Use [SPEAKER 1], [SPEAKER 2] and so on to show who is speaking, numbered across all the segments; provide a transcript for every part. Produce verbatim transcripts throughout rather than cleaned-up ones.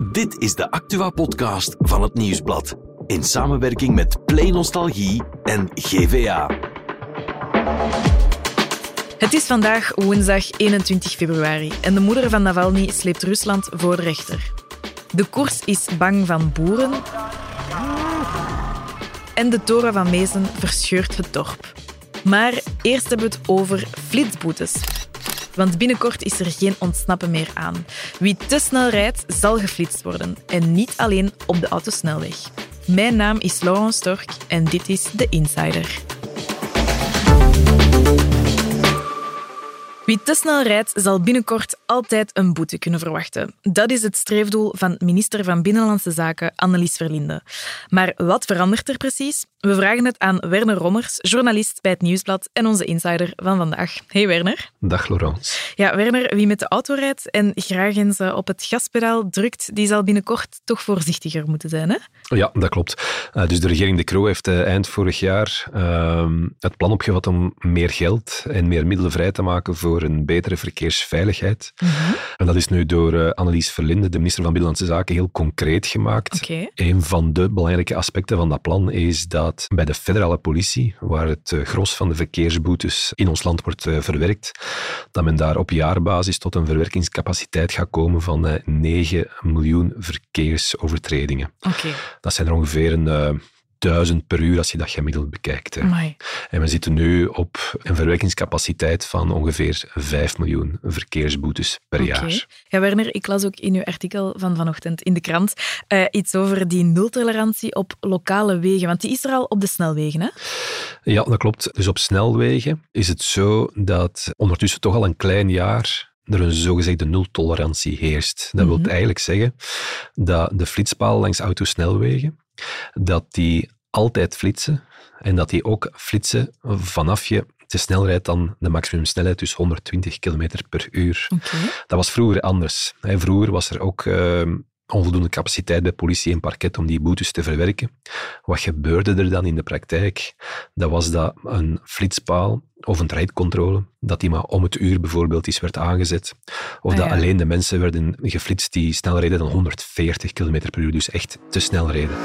[SPEAKER 1] Dit is de Actua-podcast van het Nieuwsblad. In samenwerking met Play Nostalgie en G V A.
[SPEAKER 2] Het is vandaag woensdag eenentwintig februari en de moeder van Navalny sleept Rusland voor de rechter. De koers is bang van boeren en de toren van Mezen verscheurt het dorp. Maar eerst hebben we het over flitsboetes. Want binnenkort is er geen ontsnappen meer aan. Wie te snel rijdt, zal geflitst worden. En niet alleen op de autosnelweg. Mijn naam is Laurence Stork en dit is The Insider. Wie te snel rijdt, zal binnenkort altijd een boete kunnen verwachten. Dat is het streefdoel van minister van Binnenlandse Zaken Annelies Verlinde. Maar wat verandert er precies? We vragen het aan Werner Rommers, journalist bij het Nieuwsblad en onze insider van vandaag. Hey Werner.
[SPEAKER 3] Dag Laurence.
[SPEAKER 2] Ja, Werner, wie met de auto rijdt en graag eens op het gaspedaal drukt, die zal binnenkort toch voorzichtiger moeten zijn, hè?
[SPEAKER 3] Ja, dat klopt. Uh, dus de regering De Croo heeft uh, eind vorig jaar uh, het plan opgevat om meer geld en meer middelen vrij te maken voor een betere verkeersveiligheid. Mm-hmm. En dat is nu door uh, Annelies Verlinde, de minister van Binnenlandse Zaken, heel concreet gemaakt.
[SPEAKER 2] Okay.
[SPEAKER 3] Een van de belangrijke aspecten van dat plan is dat bij de federale politie, waar het uh, gros van de verkeersboetes in ons land wordt uh, verwerkt, dat men daar op jaarbasis tot een verwerkingscapaciteit gaat komen van uh, negen miljoen verkeersovertredingen.
[SPEAKER 2] Okay.
[SPEAKER 3] Dat zijn er ongeveer een uh, duizend per uur als je dat gemiddeld bekijkt. Hè. En we zitten nu op een verwerkingscapaciteit van ongeveer vijf miljoen verkeersboetes per
[SPEAKER 2] okay.
[SPEAKER 3] jaar.
[SPEAKER 2] Ja, Werner, ik las ook in uw artikel van vanochtend in de krant uh, iets over die nultolerantie op lokale wegen, want die is er al op de snelwegen, hè?
[SPEAKER 3] Ja, dat klopt. Dus op snelwegen is het zo dat ondertussen toch al een klein jaar er een zogezegde nultolerantie heerst. Dat mm-hmm. wil eigenlijk zeggen dat de flitspaal langs autosnelwegen, dat die altijd flitsen en dat die ook flitsen vanaf je te snel rijdt dan de maximumsnelheid, dus honderdtwintig kilometer per uur.
[SPEAKER 2] Okay.
[SPEAKER 3] Dat was vroeger anders. Vroeger was er ook uh, onvoldoende capaciteit bij politie en parket om die boetes te verwerken. Wat gebeurde er dan in de praktijk? Dat was dat een flitspaal of een rijdcontrole, dat die maar om het uur bijvoorbeeld is werd aangezet. Of
[SPEAKER 2] ah,
[SPEAKER 3] dat
[SPEAKER 2] ja.
[SPEAKER 3] alleen de mensen werden geflitst die sneller reden dan honderdveertig kilometer per uur, dus echt te snel reden.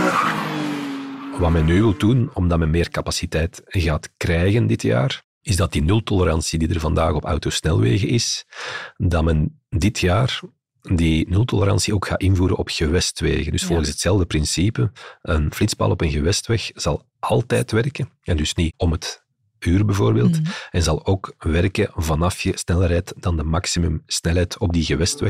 [SPEAKER 3] Wat men nu wil doen, omdat men meer capaciteit gaat krijgen dit jaar, is dat die nultolerantie die er vandaag op autosnelwegen is, dat men dit jaar die nultolerantie ook gaat invoeren op gewestwegen. Dus volgens ja. hetzelfde principe, een flitspaal op een gewestweg zal altijd werken, en dus niet om het uur bijvoorbeeld, mm-hmm. en zal ook werken vanaf je sneller rijdt dan de maximumsnelheid op die gewestweg.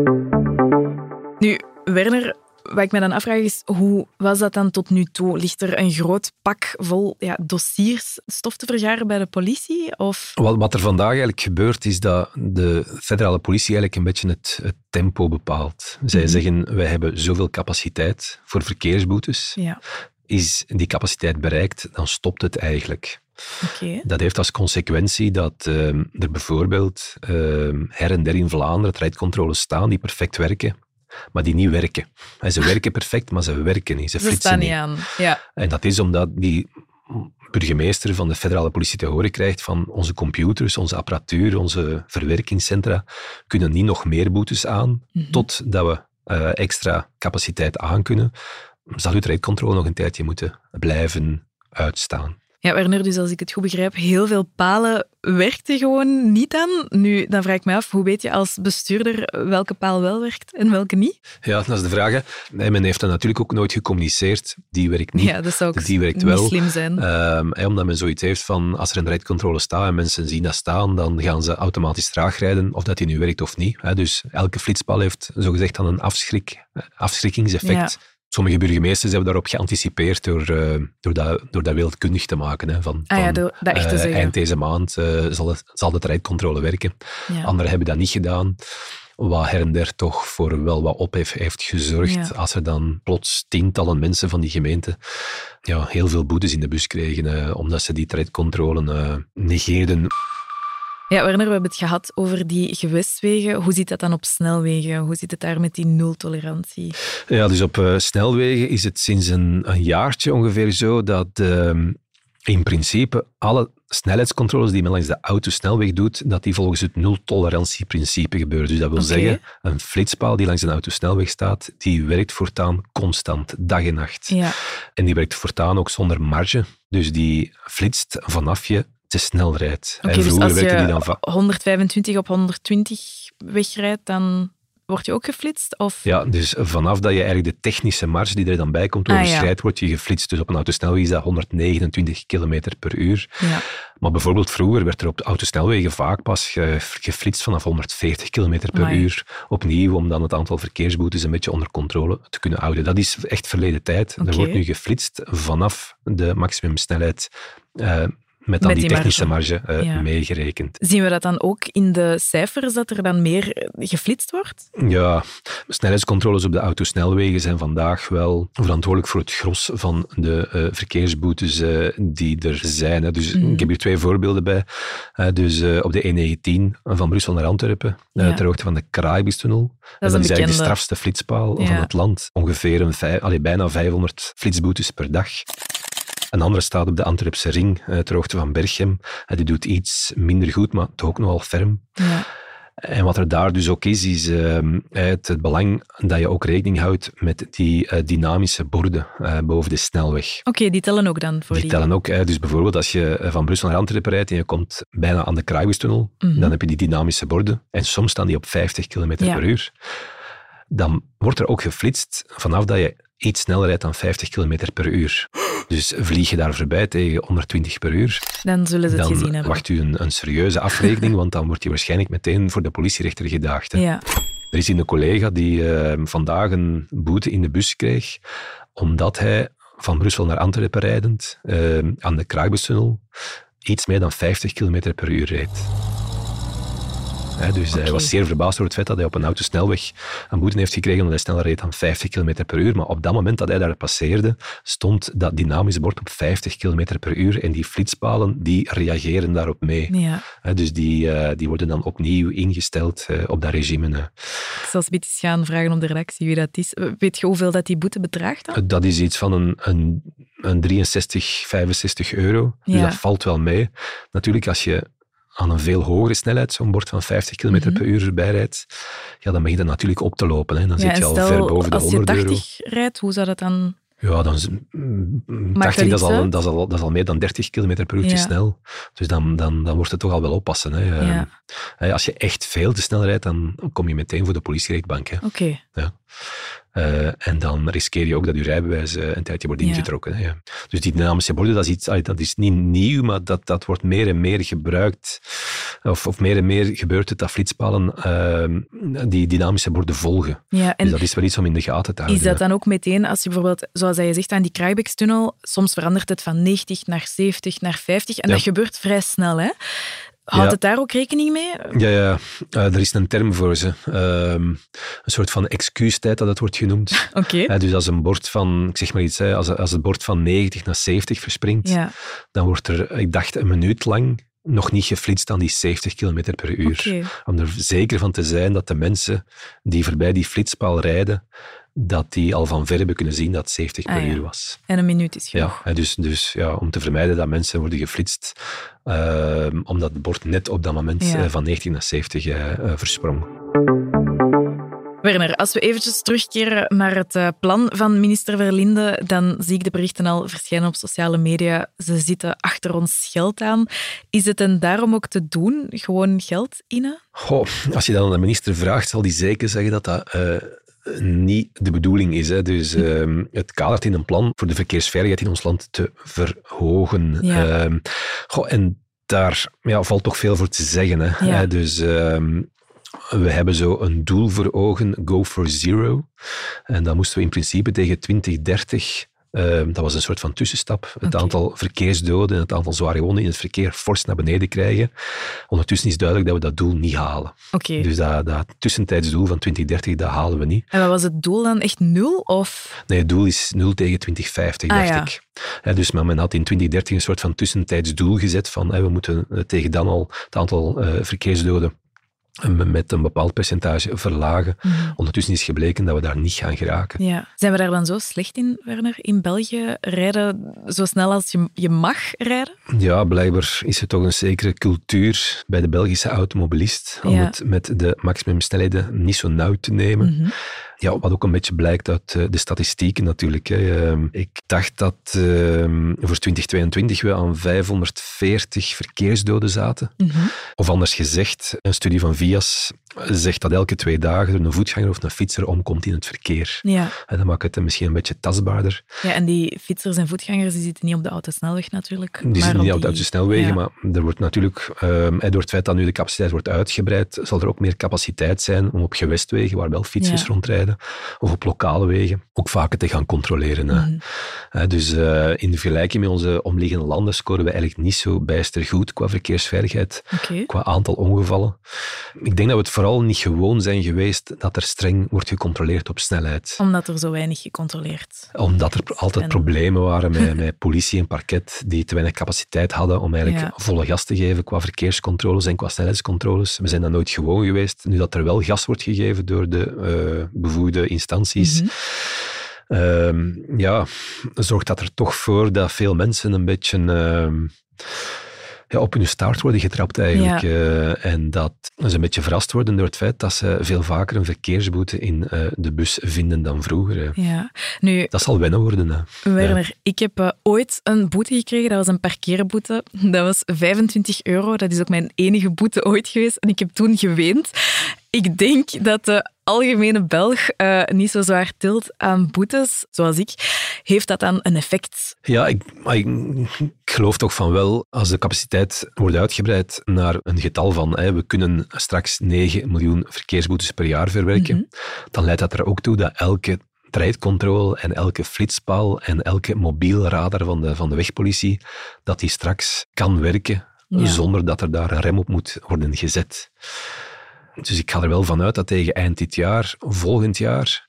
[SPEAKER 2] Nu, Werner, wat ik me dan afvraag is, hoe was dat dan tot nu toe? Ligt er een groot pak vol ja, dossiers stof te vergaren bij de politie? Of?
[SPEAKER 3] Wat, wat er vandaag eigenlijk gebeurt, is dat de federale politie eigenlijk een beetje het, het tempo bepaalt. Zij mm-hmm. zeggen, wij hebben zoveel capaciteit voor verkeersboetes.
[SPEAKER 2] Ja.
[SPEAKER 3] Is die capaciteit bereikt, dan stopt het eigenlijk.
[SPEAKER 2] Okay.
[SPEAKER 3] Dat heeft als consequentie dat uh, er bijvoorbeeld uh, her en der in Vlaanderen rijdcontroles staan die perfect werken, maar die niet werken. En ze werken perfect, maar ze werken niet. Ze,
[SPEAKER 2] ze
[SPEAKER 3] flitsen
[SPEAKER 2] staan
[SPEAKER 3] niet
[SPEAKER 2] niet aan. Ja.
[SPEAKER 3] En dat is omdat die burgemeester van de federale politie te horen krijgt van onze computers, onze apparatuur, onze verwerkingscentra kunnen niet nog meer boetes aan, mm-hmm. totdat we uh, extra capaciteit aankunnen. Zal uw rijdcontrole nog een tijdje moeten blijven uitstaan.
[SPEAKER 2] Ja, Werner, dus als ik het goed begrijp, heel veel palen werkten gewoon niet aan. Nu, dan vraag ik me af, hoe weet je als bestuurder welke paal wel werkt en welke niet?
[SPEAKER 3] Ja, dat is de vraag. Hè. Men heeft dat natuurlijk ook nooit gecommuniceerd. Die werkt niet.
[SPEAKER 2] Ja, dat zou ook
[SPEAKER 3] die werkt
[SPEAKER 2] niet
[SPEAKER 3] wel.
[SPEAKER 2] slim zijn.
[SPEAKER 3] Um, omdat men zoiets heeft van, als er een rijdcontrole staat en mensen zien dat staan, dan gaan ze automatisch traag rijden, of dat die nu werkt of niet. Hè. Dus elke flitspaal heeft zogezegd dan een afschrik, afschrikkingseffect. Ja. Sommige burgemeesters hebben daarop geanticipeerd door, uh, door, dat, door dat wereldkundig te maken. Hè, van,
[SPEAKER 2] ah, ja,
[SPEAKER 3] van,
[SPEAKER 2] door dat echt te
[SPEAKER 3] uh,
[SPEAKER 2] zeggen.
[SPEAKER 3] Eind deze maand uh, zal, het, zal de rijdcontrole werken. Ja. Anderen hebben dat niet gedaan. Wat her en der toch voor wel wat ophef heeft gezorgd. Ja. Als er dan plots tientallen mensen van die gemeente ja, heel veel boetes in de bus kregen, uh, omdat ze die rijdcontrole uh, negeerden.
[SPEAKER 2] Ja, Werner, we hebben het gehad over die gewestwegen. Hoe zit dat dan op snelwegen? Hoe zit het daar met die nultolerantie?
[SPEAKER 3] Ja, dus op uh, snelwegen is het sinds een, een jaartje ongeveer zo dat uh, In principe, alle snelheidscontroles die men langs de autosnelweg doet, dat die volgens het nul-tolerantie-principe gebeuren. Dus dat wil
[SPEAKER 2] Oké.
[SPEAKER 3] zeggen, een flitspaal die langs een autosnelweg staat, die werkt voortaan constant, dag en nacht.
[SPEAKER 2] Ja.
[SPEAKER 3] En die werkt voortaan ook zonder marge. Dus die flitst vanaf je te snel rijdt.
[SPEAKER 2] Oké,
[SPEAKER 3] En
[SPEAKER 2] dus
[SPEAKER 3] vroeger
[SPEAKER 2] als
[SPEAKER 3] werkte die
[SPEAKER 2] je
[SPEAKER 3] dan va-
[SPEAKER 2] honderdvijfentwintig op honderdtwintig wegrijdt, dan word je ook geflitst? Of...
[SPEAKER 3] Ja, dus vanaf dat je eigenlijk de technische marge die er dan bij komt
[SPEAKER 2] Ah, ja.
[SPEAKER 3] overschrijdt, word je geflitst. Dus op een autosnelweg is dat honderdnegenentwintig kilometer per uur.
[SPEAKER 2] Ja.
[SPEAKER 3] Maar bijvoorbeeld vroeger werd er op de autosnelwegen vaak pas ge- geflitst vanaf honderdveertig kilometer per
[SPEAKER 2] Amai.
[SPEAKER 3] uur. Opnieuw, om dan het aantal verkeersboetes een beetje onder controle te kunnen houden. Dat is echt verleden tijd.
[SPEAKER 2] Oké.
[SPEAKER 3] Er wordt nu geflitst vanaf de maximumsnelheid uh, met dan
[SPEAKER 2] Met
[SPEAKER 3] die
[SPEAKER 2] die
[SPEAKER 3] technische marge, uh,
[SPEAKER 2] Ja.
[SPEAKER 3] meegerekend.
[SPEAKER 2] Zien we dat dan ook in de cijfers, dat er dan meer geflitst wordt?
[SPEAKER 3] Ja, snelheidscontroles op de autosnelwegen zijn vandaag wel verantwoordelijk voor het gros van de uh, verkeersboetes uh, die er zijn. Hè. Dus
[SPEAKER 2] Mhm.
[SPEAKER 3] ik heb hier twee voorbeelden bij. Uh, dus uh, op de E negentien van Brussel naar Antwerpen, uh,
[SPEAKER 2] Ja.
[SPEAKER 3] ter hoogte van de Kraaibistunnel.
[SPEAKER 2] Dat is
[SPEAKER 3] dat
[SPEAKER 2] een
[SPEAKER 3] is eigenlijk de
[SPEAKER 2] bekende.
[SPEAKER 3] strafste flitspaal
[SPEAKER 2] Ja.
[SPEAKER 3] van het land. Ongeveer een vijf, allee, bijna vijfhonderd flitsboetes per dag. Een andere staat op de Antwerpse ring, uh, ter hoogte van Berchem. Uh, die doet iets minder goed, maar toch ook nogal ferm.
[SPEAKER 2] Ja.
[SPEAKER 3] En wat er daar dus ook is, is uh, het, het belang dat je ook rekening houdt met die uh, dynamische borden uh, boven de snelweg.
[SPEAKER 2] Oké, die tellen ook dan voor
[SPEAKER 3] Die
[SPEAKER 2] die...
[SPEAKER 3] tellen ook. Hè. Dus bijvoorbeeld als je van Brussel naar Antwerpen rijdt en je komt bijna aan de Kraaibistunnel,
[SPEAKER 2] Mhm.
[SPEAKER 3] dan heb je die dynamische borden. En soms staan die op vijftig kilometer
[SPEAKER 2] Ja.
[SPEAKER 3] per uur. Dan wordt er ook geflitst vanaf dat je iets sneller rijdt dan vijftig kilometer per uur. Dus vlieg je daar voorbij tegen honderdtwintig per uur,
[SPEAKER 2] Dan zullen ze het
[SPEAKER 3] dan
[SPEAKER 2] gezien hebben.
[SPEAKER 3] wacht u een, een serieuze afrekening, want dan word je waarschijnlijk meteen voor de politierechter gedaagd. Hè.
[SPEAKER 2] Ja.
[SPEAKER 3] Er is hier een collega die uh, vandaag een boete in de bus kreeg, omdat hij van Brussel naar Antwerpen rijdend uh, aan de Kraaibistunnel iets meer dan vijftig kilometer per uur reed. He, dus
[SPEAKER 2] Oké.
[SPEAKER 3] hij was zeer verbaasd door het feit dat hij op een autosnelweg een boete heeft gekregen omdat hij sneller reed dan vijftig kilometer per uur. Maar op dat moment dat hij daar passeerde, stond dat dynamisch bord op vijftig kilometer per uur en die flitspalen die reageren daarop mee.
[SPEAKER 2] Ja.
[SPEAKER 3] He, dus die, uh, die worden dan opnieuw ingesteld uh, op dat regime. Uh.
[SPEAKER 2] Ik zal eens gaan vragen op de redactie wie dat is. Weet je hoeveel dat die boete bedraagt dan?
[SPEAKER 3] Dat is iets van een, een, een drieënzestig, vijfenzestig euro. Dus
[SPEAKER 2] Ja.
[SPEAKER 3] dat valt wel mee. Natuurlijk, als je aan een veel hogere snelheid zo'n bord van vijftig kilometer per uur bijrijdt, ja, dan begint dat natuurlijk op te lopen. Hè. Dan
[SPEAKER 2] Ja,
[SPEAKER 3] zit je
[SPEAKER 2] en
[SPEAKER 3] al
[SPEAKER 2] stel,
[SPEAKER 3] ver boven de
[SPEAKER 2] als je
[SPEAKER 3] honderd euro.
[SPEAKER 2] tachtig rijdt, hoe zou dat dan...
[SPEAKER 3] Ja, dan is mm,
[SPEAKER 2] Maakt
[SPEAKER 3] tachtig, dat
[SPEAKER 2] dat
[SPEAKER 3] is,
[SPEAKER 2] iets
[SPEAKER 3] al,
[SPEAKER 2] uit?
[SPEAKER 3] dat, is al, dat is al meer dan dertig kilometer per uur te
[SPEAKER 2] Ja.
[SPEAKER 3] snel. Dus dan, dan, dan wordt het toch al wel oppassen. Hè.
[SPEAKER 2] Ja.
[SPEAKER 3] Uh, als je echt veel te snel rijdt, dan kom je meteen voor de politierechtbank. Hè.
[SPEAKER 2] Oké.
[SPEAKER 3] Ja. Uh, en dan riskeer je ook dat je rijbewijs uh, een tijdje wordt
[SPEAKER 2] Ja.
[SPEAKER 3] ingetrokken. Hè, ja. Dus die dynamische borden, dat is, iets, allee, dat is niet nieuw, maar dat, dat wordt meer en meer gebruikt. Of, of meer en meer gebeurt het dat flitspalen uh, die dynamische borden volgen.
[SPEAKER 2] Ja, en
[SPEAKER 3] Dus dat is wel iets om in de gaten te houden.
[SPEAKER 2] is dat dan ook meteen, als je bijvoorbeeld, zoals je zegt, aan die Kraaibeekstunnel, soms verandert het van negentig naar zeventig naar vijftig en
[SPEAKER 3] Ja.
[SPEAKER 2] dat gebeurt vrij snel, hè? Houdt
[SPEAKER 3] Ja.
[SPEAKER 2] het daar ook rekening mee?
[SPEAKER 3] Ja, ja. Uh, er is een term voor ze. Um, een soort van excuustijd dat het wordt genoemd.
[SPEAKER 2] Oké.
[SPEAKER 3] Uh, dus als een bord van, ik zeg maar iets, hè, als, als het bord van negentig naar zeventig verspringt,
[SPEAKER 2] Ja.
[SPEAKER 3] dan wordt er, ik dacht, een minuut lang nog niet geflitst aan die zeventig kilometer per uur.
[SPEAKER 2] Oké.
[SPEAKER 3] Om er zeker van te zijn dat de mensen die voorbij die flitspaal rijden, dat die al van ver hebben kunnen zien dat het zeventig per
[SPEAKER 2] Ah, ja.
[SPEAKER 3] uur was.
[SPEAKER 2] En een minuut is genoeg.
[SPEAKER 3] Ja, hè, dus, dus ja, om te vermijden dat mensen worden geflitst, uh, omdat het bord net op dat moment
[SPEAKER 2] Ja.
[SPEAKER 3] uh, van negentig naar zeventig uh, uh, versprong.
[SPEAKER 2] Werner, als we eventjes terugkeren naar het uh, plan van minister Verlinde, dan zie ik de berichten al verschijnen op sociale media. Ze zitten achter ons geld aan. Is het en daarom ook te doen? Gewoon geld innen?
[SPEAKER 3] Goh, als je dat aan de minister vraagt, zal die zeker zeggen dat dat uh, niet de bedoeling is. Hè. Dus uh, het kadert in een plan voor de verkeersveiligheid in ons land te verhogen.
[SPEAKER 2] Ja.
[SPEAKER 3] Uh, goh, en daar ja, valt toch veel voor te zeggen. Hè.
[SPEAKER 2] Ja.
[SPEAKER 3] Uh, dus... Uh, We hebben zo een doel voor ogen, Go for Zero. En dat moesten we in principe tegen twintig dertig, uh, dat was een soort van tussenstap, het
[SPEAKER 2] Oké.
[SPEAKER 3] aantal verkeersdoden en het aantal zware gewonden in het verkeer fors naar beneden krijgen. Ondertussen is duidelijk dat we dat doel niet halen.
[SPEAKER 2] Oké.
[SPEAKER 3] Dus dat, dat tussentijds doel van twintig dertig, dat halen we niet.
[SPEAKER 2] En wat was het doel dan? Echt nul? Of...
[SPEAKER 3] Nee, het doel is nul tegen twintig vijftig,
[SPEAKER 2] Ah,
[SPEAKER 3] dacht
[SPEAKER 2] ja.
[SPEAKER 3] ik. Ja, dus men had in twintig dertig een soort van tussentijds doel gezet van hè, we moeten tegen dan al het aantal uh, verkeersdoden met een bepaald percentage verlagen.
[SPEAKER 2] Mm-hmm.
[SPEAKER 3] Ondertussen is gebleken dat we daar niet gaan geraken.
[SPEAKER 2] Ja. Zijn we daar dan zo slecht in, Werner? In België rijden zo snel als je, je mag rijden?
[SPEAKER 3] Ja, blijkbaar is er toch een zekere cultuur bij de Belgische automobilist om
[SPEAKER 2] Ja.
[SPEAKER 3] het met de maximumsnelheden niet zo nauw te nemen.
[SPEAKER 2] Mm-hmm.
[SPEAKER 3] Ja, wat ook een beetje blijkt uit uh, de statistieken natuurlijk. Hè. Uh, ik dacht dat uh, voor twintig tweeëntwintig we aan vijfhonderdveertig verkeersdoden zaten.
[SPEAKER 2] Mm-hmm.
[SPEAKER 3] Of anders gezegd, een studie van V I A S zegt dat elke twee dagen een voetganger of een fietser omkomt in het verkeer.
[SPEAKER 2] Ja.
[SPEAKER 3] En dat maakt het misschien een beetje tastbaarder.
[SPEAKER 2] Ja, en die fietsers en voetgangers die zitten niet op de autosnelweg natuurlijk.
[SPEAKER 3] Die
[SPEAKER 2] maar
[SPEAKER 3] zitten niet op de
[SPEAKER 2] die...
[SPEAKER 3] autosnelwegen,
[SPEAKER 2] ja.
[SPEAKER 3] maar er wordt natuurlijk, um, door het feit dat nu de capaciteit wordt uitgebreid, zal er ook meer capaciteit zijn om op gewestwegen, waar wel fietsers
[SPEAKER 2] Ja.
[SPEAKER 3] rondrijden, of op lokale wegen, ook vaker te gaan controleren.
[SPEAKER 2] Mm-hmm.
[SPEAKER 3] Uh, dus uh, in vergelijking met onze omliggende landen scoren we eigenlijk niet zo bijster goed qua verkeersveiligheid,
[SPEAKER 2] Okay.
[SPEAKER 3] qua aantal ongevallen. Ik denk dat we het vooral niet gewoon zijn geweest dat er streng wordt gecontroleerd op snelheid.
[SPEAKER 2] Omdat er zo weinig gecontroleerd
[SPEAKER 3] Omdat er altijd
[SPEAKER 2] En-
[SPEAKER 3] problemen waren met, met politie en parket die te weinig capaciteit hadden om eigenlijk
[SPEAKER 2] Ja.
[SPEAKER 3] volle gas te geven qua verkeerscontroles en qua snelheidscontroles. We zijn dat nooit gewoon geweest. Nu dat er wel gas wordt gegeven door de uh, bevoegde instanties,
[SPEAKER 2] Mm-hmm.
[SPEAKER 3] um, ja, zorgt dat er toch voor dat veel mensen een beetje... Um, Ja, op hun staart worden getrapt eigenlijk.
[SPEAKER 2] Ja.
[SPEAKER 3] Uh, en dat ze een beetje verrast worden door het feit dat ze veel vaker een verkeersboete in uh, de bus vinden dan vroeger. Uh.
[SPEAKER 2] Ja. Nu,
[SPEAKER 3] Dat zal wennen worden. Hè.
[SPEAKER 2] Werner,
[SPEAKER 3] Ja.
[SPEAKER 2] ik heb uh, ooit een boete gekregen. Dat was een parkeerboete. Dat was vijfentwintig euro. Dat is ook mijn enige boete ooit geweest. En ik heb toen geweend. Ik denk dat de algemene Belg uh, niet zo zwaar tilt aan boetes, zoals ik. Heeft dat dan een effect?
[SPEAKER 3] Ja, ik, maar ik, ik geloof toch van wel, als de capaciteit wordt uitgebreid naar een getal van, hè, we kunnen straks negen miljoen verkeersboetes per jaar verwerken,
[SPEAKER 2] Mm-hmm.
[SPEAKER 3] dan leidt dat er ook toe dat elke trajectcontrole en elke flitspaal en elke mobiel radar van de, van de wegpolitie, dat die straks kan werken,
[SPEAKER 2] Ja.
[SPEAKER 3] zonder dat er daar een rem op moet worden gezet. Dus ik ga er wel vanuit dat tegen eind dit jaar, volgend jaar,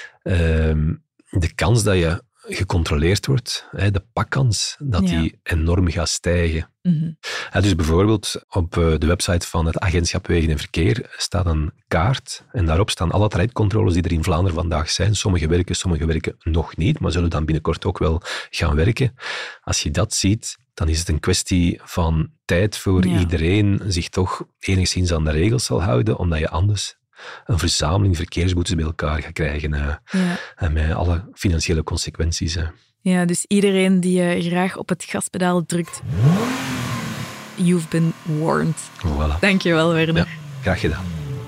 [SPEAKER 3] uh, de kans dat je gecontroleerd wordt, hè, de pakkans, dat
[SPEAKER 2] Ja.
[SPEAKER 3] die enorm gaat stijgen.
[SPEAKER 2] Mm-hmm.
[SPEAKER 3] Ja, dus bijvoorbeeld op de website van het Agentschap Wegen en Verkeer staat een kaart en daarop staan alle trajectcontroles die er in Vlaanderen vandaag zijn. Sommige werken, sommige werken nog niet, maar zullen dan binnenkort ook wel gaan werken. Als je dat ziet, dan is het een kwestie van tijd voor
[SPEAKER 2] Ja.
[SPEAKER 3] iedereen zich toch enigszins aan de regels zal houden, omdat je anders een verzameling verkeersboetes bij elkaar gaat krijgen. Uh,
[SPEAKER 2] Ja.
[SPEAKER 3] en met alle financiële consequenties. Uh.
[SPEAKER 2] Ja, dus iedereen die uh, graag op het gaspedaal drukt, you've been warned.
[SPEAKER 3] Voilà.
[SPEAKER 2] Dankjewel, Werner.
[SPEAKER 3] Ja, graag gedaan.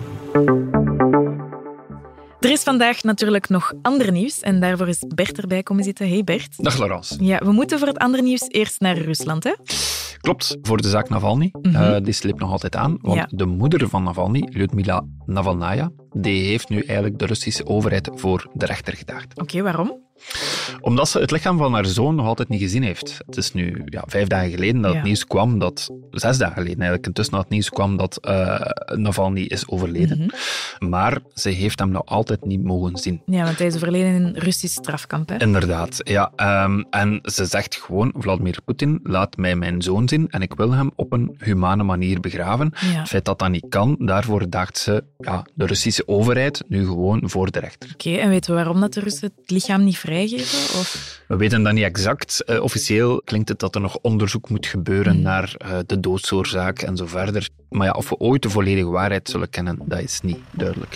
[SPEAKER 2] Er is vandaag natuurlijk nog ander nieuws en daarvoor is Bert erbij komen zitten. Hey Bert.
[SPEAKER 4] Dag Laurence.
[SPEAKER 2] Ja, we moeten voor het andere nieuws eerst naar Rusland, hè?
[SPEAKER 4] Klopt, voor de zaak Navalny.
[SPEAKER 2] Mhm.
[SPEAKER 4] Uh, die sleept nog altijd aan, want
[SPEAKER 2] Ja.
[SPEAKER 4] de moeder van Navalny, Lyudmila Navalnaya, die heeft nu eigenlijk de Russische overheid voor de rechter gedaagd.
[SPEAKER 2] Oké, okay, waarom?
[SPEAKER 4] Omdat ze het lichaam van haar zoon nog altijd niet gezien heeft. Het is nu ja, vijf dagen geleden dat
[SPEAKER 2] Ja.
[SPEAKER 4] het nieuws kwam, dat, zes dagen geleden eigenlijk, intussen dat het nieuws kwam dat uh, Navalny is overleden.
[SPEAKER 2] Mhm.
[SPEAKER 4] Maar ze heeft hem nog altijd niet mogen zien.
[SPEAKER 2] Ja, want hij is overleden in een Russisch strafkamp, hè?
[SPEAKER 4] Inderdaad, ja. Um, en ze zegt gewoon, Vladimir Poetin, laat mij mijn zoon zien en ik wil hem op een humane manier begraven.
[SPEAKER 2] Ja.
[SPEAKER 4] Het feit dat dat niet kan, daarvoor daagt ze ja, de Russische overheid nu gewoon voor de rechter.
[SPEAKER 2] Oké, okay, en weten we waarom dat de Russen het lichaam niet vrijgeven? Of?
[SPEAKER 4] We weten dat niet exact. Uh, officieel klinkt het dat er nog onderzoek moet gebeuren
[SPEAKER 2] Mm.
[SPEAKER 4] naar uh, de doodsoorzaak en zo verder. Maar ja, of we ooit de volledige waarheid zullen kennen, dat is niet duidelijk.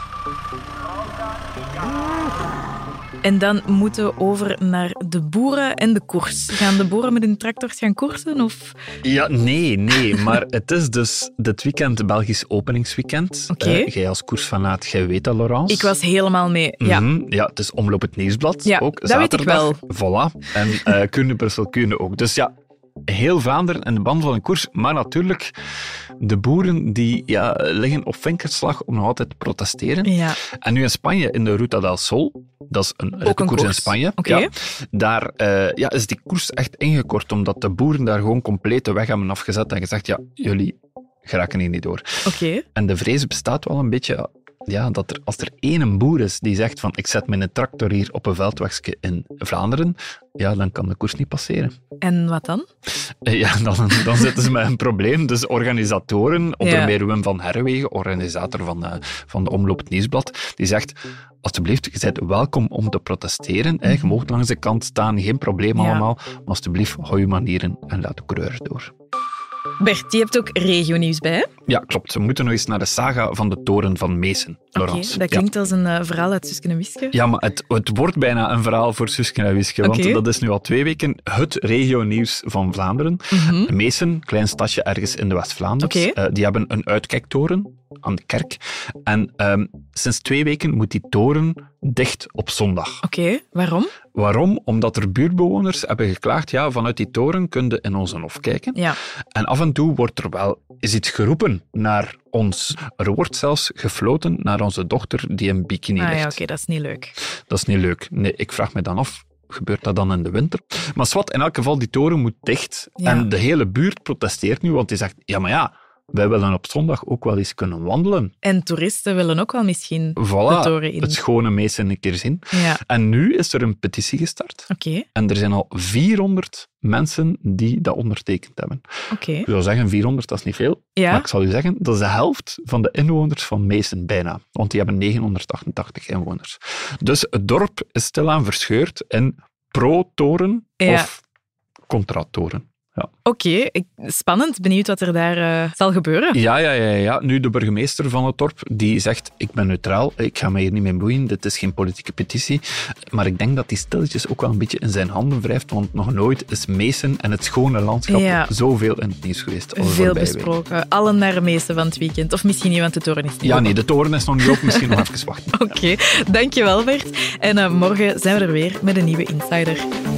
[SPEAKER 2] En dan moeten we over naar de boeren en de koers. Gaan de boeren met hun tractors gaan koersen? Of?
[SPEAKER 4] Ja, nee, nee. Maar het is dus dit weekend Belgisch openingsweekend.
[SPEAKER 2] Oké.
[SPEAKER 4] Uh, jij als koersfanaat, jij weet dat, Laurence.
[SPEAKER 2] Ik was helemaal mee, ja.
[SPEAKER 4] Mm-hmm. Ja, het is Omloop het Nieuwsblad.
[SPEAKER 2] Ja,
[SPEAKER 4] ook,
[SPEAKER 2] dat
[SPEAKER 4] zaterdag.
[SPEAKER 2] weet ik
[SPEAKER 4] wel. Voilà. En uh, Kuurne, Brussel, Kuurne ook. Dus ja, heel Vlaanderen in de band van een koers. Maar natuurlijk, de boeren die ja, liggen op vinkerslag om nog altijd te protesteren.
[SPEAKER 2] Ja.
[SPEAKER 4] En nu in Spanje, in de Ruta del Sol, dat is een rittenkoers in Spanje,
[SPEAKER 2] okay.
[SPEAKER 4] ja, daar uh, ja, is die koers echt ingekort, omdat de boeren daar gewoon compleet de weg hebben afgezet en gezegd, ja, jullie geraken hier niet door.
[SPEAKER 2] Okay.
[SPEAKER 4] En de vrees bestaat wel een beetje, ja, dat er, als er één boer is die zegt van ik zet mijn tractor hier op een veldwegje in Vlaanderen, ja, dan kan de koers niet passeren.
[SPEAKER 2] En wat dan?
[SPEAKER 4] Ja, dan, dan zitten ze met een probleem. Dus organisatoren, onder
[SPEAKER 2] Ja.
[SPEAKER 4] meer Wim van Herwegen, organisator van, uh, van de Omloop het Nieuwsblad, die zegt, alsjeblieft, je bent welkom om te protesteren. Hè. Je mag langs de kant staan, geen probleem
[SPEAKER 2] Ja.
[SPEAKER 4] allemaal. Maar alsjeblieft, hou je manieren en laat de coureurs door.
[SPEAKER 2] Bert, je hebt ook regionieuws bij, hè?
[SPEAKER 4] Ja, klopt. We moeten nog eens naar de saga van de toren van Meesen,
[SPEAKER 2] Oké,
[SPEAKER 4] Laurence.
[SPEAKER 2] dat klinkt als een uh, verhaal uit Suske en Wiske.
[SPEAKER 4] Ja, maar het, het wordt bijna een verhaal voor Suske en Wiske, want
[SPEAKER 2] Oké.
[SPEAKER 4] dat is nu al twee weken het regionieuws van Vlaanderen.
[SPEAKER 2] Mhm.
[SPEAKER 4] Meesen, klein stadje ergens in de West-Vlaanderen,
[SPEAKER 2] Oké.
[SPEAKER 4] uh, die hebben een uitkijktoren aan de kerk. En um, sinds twee weken moet die toren dicht op zondag.
[SPEAKER 2] Oké, waarom?
[SPEAKER 4] Waarom? Omdat er buurtbewoners hebben geklaagd, ja, vanuit die toren kun je in onze hof kijken.
[SPEAKER 2] Ja.
[SPEAKER 4] En af en toe wordt er wel is iets geroepen naar ons. Er wordt zelfs gefloten naar onze dochter die in bikini
[SPEAKER 2] Ah
[SPEAKER 4] ligt.
[SPEAKER 2] ja, oké, dat is niet leuk.
[SPEAKER 4] Dat is niet leuk. Nee, ik vraag me dan af, gebeurt dat dan in de winter? Maar zwart, in elk geval, die toren moet dicht.
[SPEAKER 2] Ja.
[SPEAKER 4] En de hele buurt protesteert nu, want die zegt, ja, maar ja, wij willen op zondag ook wel eens kunnen wandelen.
[SPEAKER 2] En toeristen willen ook wel misschien de
[SPEAKER 4] Voilà,
[SPEAKER 2] toren in.
[SPEAKER 4] het schone Meesen een keer zien.
[SPEAKER 2] Ja,
[SPEAKER 4] En nu is er een petitie gestart.
[SPEAKER 2] oké,
[SPEAKER 4] En er zijn al vierhonderd mensen die dat ondertekend hebben.
[SPEAKER 2] oké.
[SPEAKER 4] Ik zou zeggen, vierhonderd, dat is niet veel.
[SPEAKER 2] Ja.
[SPEAKER 4] Maar ik zal u zeggen, dat is de helft van de inwoners van Meesen bijna. Want die hebben negenhonderdachtentachtig inwoners. Dus het dorp is stilaan verscheurd in pro-toren
[SPEAKER 2] Ja.
[SPEAKER 4] of contra-toren. Ja.
[SPEAKER 2] Oké, ik- spannend. Benieuwd wat er daar uh, zal gebeuren.
[SPEAKER 4] Ja, ja, ja, ja. Nu, de burgemeester van het dorp, die zegt, ik ben neutraal, ik ga mij hier niet mee boeien, dit is geen politieke petitie. Maar ik denk dat die stilletjes ook wel een beetje in zijn handen wrijft, want nog nooit is Meesen en het schone landschap
[SPEAKER 2] Ja.
[SPEAKER 4] zoveel in het nieuws geweest. als de
[SPEAKER 2] Veel
[SPEAKER 4] voorbije weken.
[SPEAKER 2] besproken. Allen naar de meeste van het weekend. Of misschien niet, want de toren is niet
[SPEAKER 4] Ja,
[SPEAKER 2] open.
[SPEAKER 4] nee, de toren is nog niet op, misschien nog even wachten.
[SPEAKER 2] Oké, dankjewel Bert. En uh, morgen zijn we er weer met een nieuwe Insider.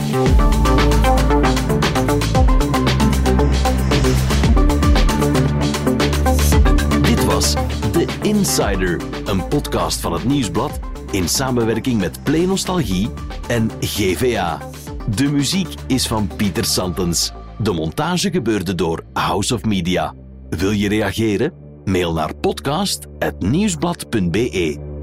[SPEAKER 1] Dit was The Insider, een podcast van het Nieuwsblad in samenwerking met Play Nostalgie en G V A. De muziek is van Pieter Santens. De montage gebeurde door House of Media. Wil je reageren? Mail naar podcast apennieuwsblad punt be.